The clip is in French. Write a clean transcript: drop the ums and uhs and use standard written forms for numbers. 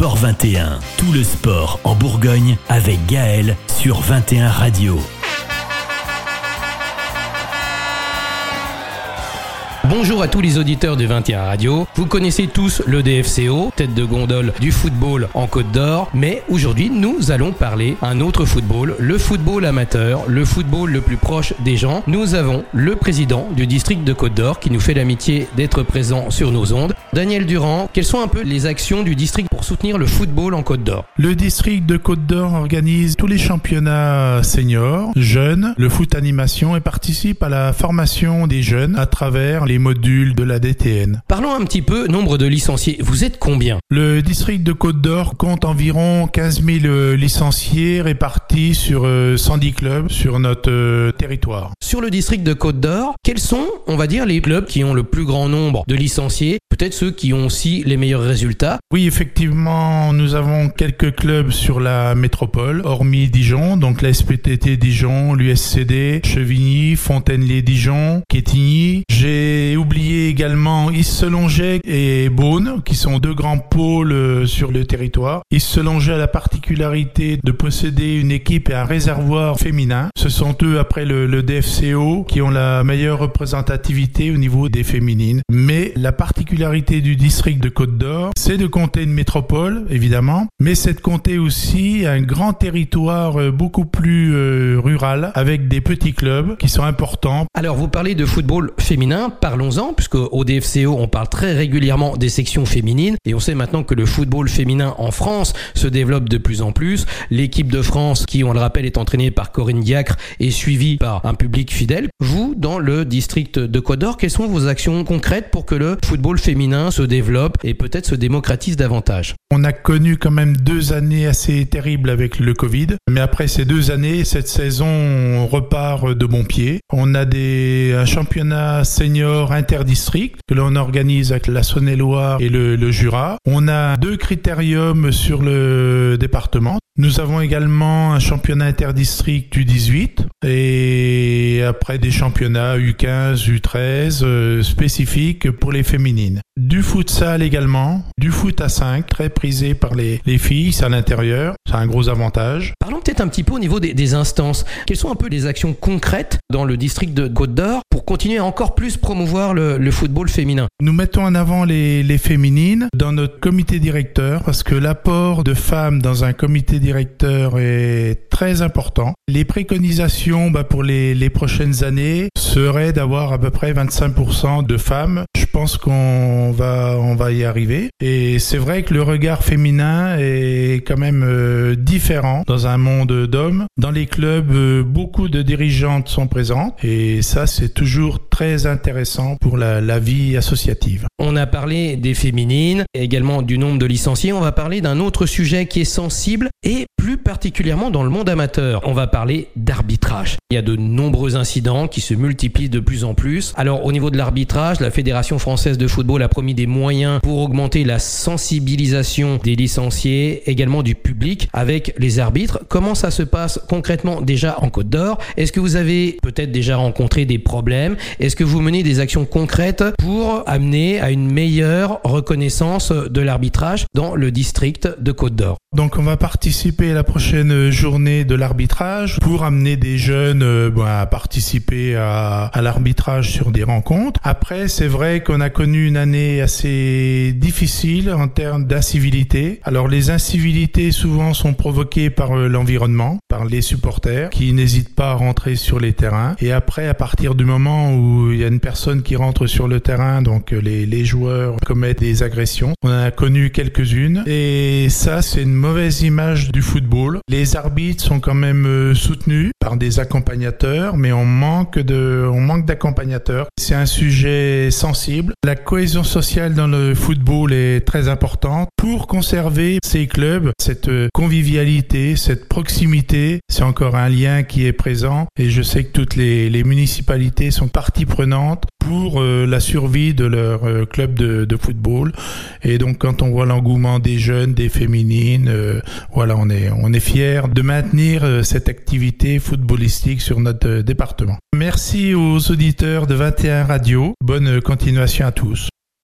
Sport 21, tout le sport en Bourgogne avec Gaël sur 21 Radio. Bonjour à tous les auditeurs de 21 Radio. Vous connaissez tous le DFCO, tête de gondole du football en Côte d'Or. Mais aujourd'hui, nous allons parler un autre football, le football amateur, le football le plus proche des gens. Nous avons le président du district de Côte d'Or qui nous fait l'amitié d'être présent sur nos ondes. Daniel Durand, quelles sont un peu les actions du district pour soutenir le football en Côte d'Or ? Le district de Côte d'Or organise tous les championnats seniors, jeunes, le foot animation et participe à la formation des jeunes à travers les modules de la DTN. Parlons un petit peu nombre de licenciés. Vous êtes combien ? Le district de Côte d'Or compte environ 15 000 licenciés répartis sur 110 clubs sur notre territoire. Sur le district de Côte d'Or, quels sont, on va dire, les clubs qui ont le plus grand nombre de licenciés ? Peut-être ceux qui ont aussi les meilleurs résultats. Oui, effectivement, nous avons quelques clubs sur la métropole, hormis Dijon, donc la SPTT Dijon, l'USCD, Chevigny, Fontaine-lès-Dijon, Quetigny. J'ai oublié également Isselonget et Beaune, qui sont deux grands pôles sur le territoire. Isselonget a la particularité de posséder une équipe et un réservoir féminin. Ce sont eux, après le DFCO, qui ont la meilleure représentativité au niveau des féminines. Mais la particularité du district de Côte d'Or, c'est de compter une métropole, évidemment, mais c'est de compter aussi un grand territoire beaucoup plus rural, avec des petits clubs qui sont importants. Alors, vous parlez de football féminin, parlons-en, puisque au DFCO, on parle très régulièrement des sections féminines, et on sait maintenant que le football féminin en France se développe de plus en plus. L'équipe de France, qui, on le rappelle, est entraînée par Corinne Diacre, est suivie par un public fidèle. Vous, dans le district de Côte d'Or, quelles sont vos actions concrètes pour que le football féminin se développe et peut-être se démocratise davantage? On a connu quand même 2 années assez terribles avec le Covid, mais après ces 2 années, cette saison, on repart de bon pied. On a un championnat senior interdistrict que l'on organise avec la Saône-et-Loire et le Jura. On a 2 critériums sur le département. Nous avons également un championnat interdistrict U18 et après des championnats U15, U13 spécifiques pour les féminines. Du futsal également, du foot à 5, très prisé par les filles, c'est à l'intérieur, c'est un gros avantage. Parlons peut-être un petit peu au niveau des instances. Quelles sont un peu les actions concrètes dans le district de Côte d'Or pour continuer à encore plus promouvoir le football féminin? Nous mettons en avant les féminines dans notre comité directeur parce que l'apport de femmes dans un comité directeur est très important. Les préconisations pour les prochaines années seraient d'avoir à peu près 25% de femmes. Je pense qu'on va y arriver. Et c'est vrai que le regard féminin est quand même différent dans un monde d'hommes. Dans les clubs, beaucoup de dirigeantes sont présentes et ça, c'est toujours très intéressant pour la vie associative. On a parlé des féminines, également du nombre de licenciés. On va parler d'un autre sujet qui est sensible et plus particulièrement dans le monde amateur. On va parler d'arbitrage. Il y a de nombreux incidents qui se multiplient de plus en plus. Alors, au niveau de l'arbitrage, la Fédération française de football a promis des moyens pour augmenter la sensibilisation des licenciés, également du public avec les arbitres. Comment ça se passe concrètement déjà en Côte d'Or? Est-ce que vous avez peut-être déjà rencontré des problèmes? Est-ce que vous menez des actions concrètes pour amener à une meilleure reconnaissance de l'arbitrage dans le district de Côte d'Or? Donc on va participer à la prochaine journée de l'arbitrage pour amener des jeunes à participer à l'arbitrage sur des rencontres. Après, c'est vrai qu'on a connu une année assez difficile en termes d'incivilité. Alors les incivilités souvent sont provoquées par l'environnement, par les supporters qui n'hésitent pas à rentrer sur les terrains. Et après, à partir du moment où il y a une personne qui rentre sur le terrain, donc les joueurs commettent des agressions. On en a connu quelques-unes et ça, c'est une mauvaise image du football. Les arbitres sont quand même soutenus par des accompagnateurs, mais on manque d'accompagnateurs. C'est un sujet sensible. La cohésion sociale dans le football est très importante. Pour conserver ces clubs, cette convivialité, cette proximité, c'est encore un lien qui est présent et je sais que toutes les municipalités sont partie prenante pour la survie de leur club de football. Et donc quand on voit l'engouement des jeunes, des féminines, on est fiers de maintenir cette activité footballistique sur notre département. Merci aux auditeurs de 21 Radio. Bonne continuation à tous.